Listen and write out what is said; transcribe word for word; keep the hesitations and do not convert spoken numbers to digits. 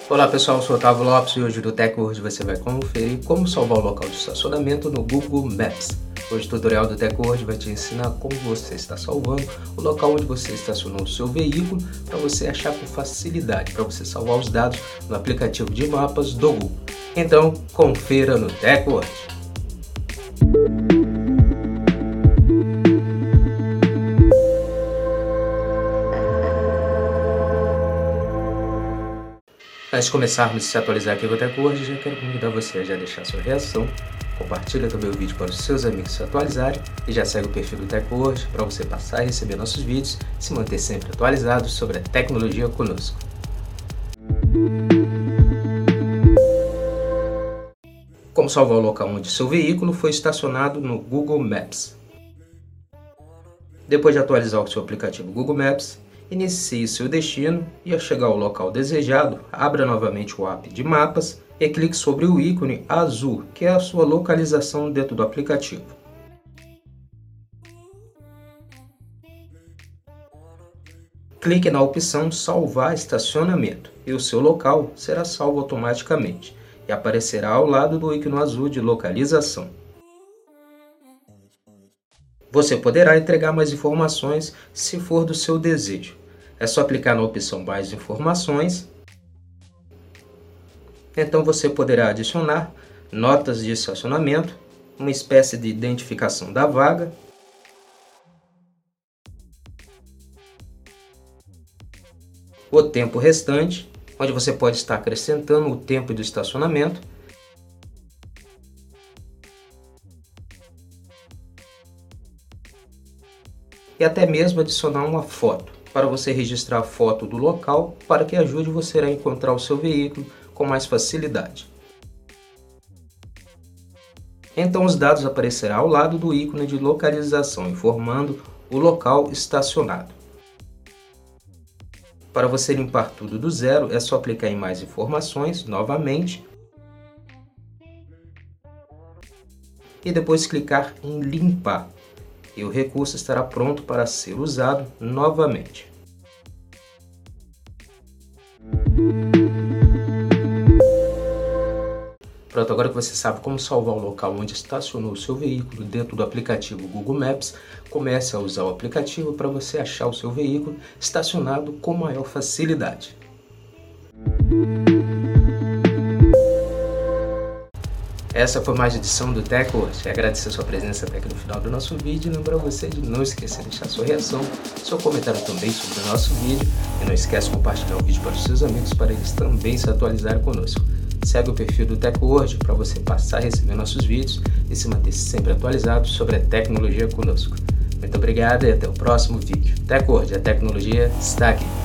Olá pessoal, eu sou o Otávio Lopes e hoje no TechWord você vai conferir como salvar o local de estacionamento no Google Maps. Hoje o tutorial do TechWord vai te ensinar como você está salvando o local onde você estacionou o seu veículo para você achar com facilidade, para você salvar os dados no aplicativo de mapas do Google. Então confira no TechWord. Antes de começarmos a se atualizar aqui no TechWord, já quero convidar você a já deixar sua reação, compartilha também o vídeo para os seus amigos se atualizarem e já segue o perfil do TechWord para você passar a receber nossos vídeos e se manter sempre atualizado sobre a tecnologia conosco. Como salvar o local onde seu veículo foi estacionado no Google Maps. Depois de atualizar o seu aplicativo Google Maps, inicie seu destino e ao chegar ao local desejado, abra novamente o app de mapas e clique sobre o ícone azul, que é a sua localização dentro do aplicativo. Clique na opção Salvar estacionamento e o seu local será salvo automaticamente e aparecerá ao lado do ícone azul de localização. Você poderá entregar mais informações se for do seu desejo. É só clicar na opção Mais informações. Então você poderá adicionar notas de estacionamento, uma espécie de identificação da vaga, o tempo restante, onde você pode estar acrescentando o tempo de estacionamento, e até mesmo adicionar uma foto, para você registrar a foto do local para que ajude você a encontrar o seu veículo com mais facilidade. Então os dados aparecerão ao lado do ícone de localização, informando o local estacionado. Para você limpar tudo do zero, é só clicar em Mais informações novamente e depois clicar em Limpar. E o recurso estará pronto para ser usado novamente. Pronto, agora que você sabe como salvar o local onde estacionou o seu veículo dentro do aplicativo Google Maps, comece a usar o aplicativo para você achar o seu veículo estacionado com maior facilidade. Essa foi mais uma edição do TechWord. Agradecer a sua presença até aqui no final do nosso vídeo. Lembrar você de não esquecer de deixar sua reação, seu comentário também sobre o nosso vídeo. E não esquece de compartilhar o vídeo para os seus amigos para eles também se atualizarem conosco. Segue o perfil do TechWord para você passar a receber nossos vídeos e se manter sempre atualizado sobre a tecnologia conosco. Muito obrigado e até o próximo vídeo. TechWord, a tecnologia está aqui.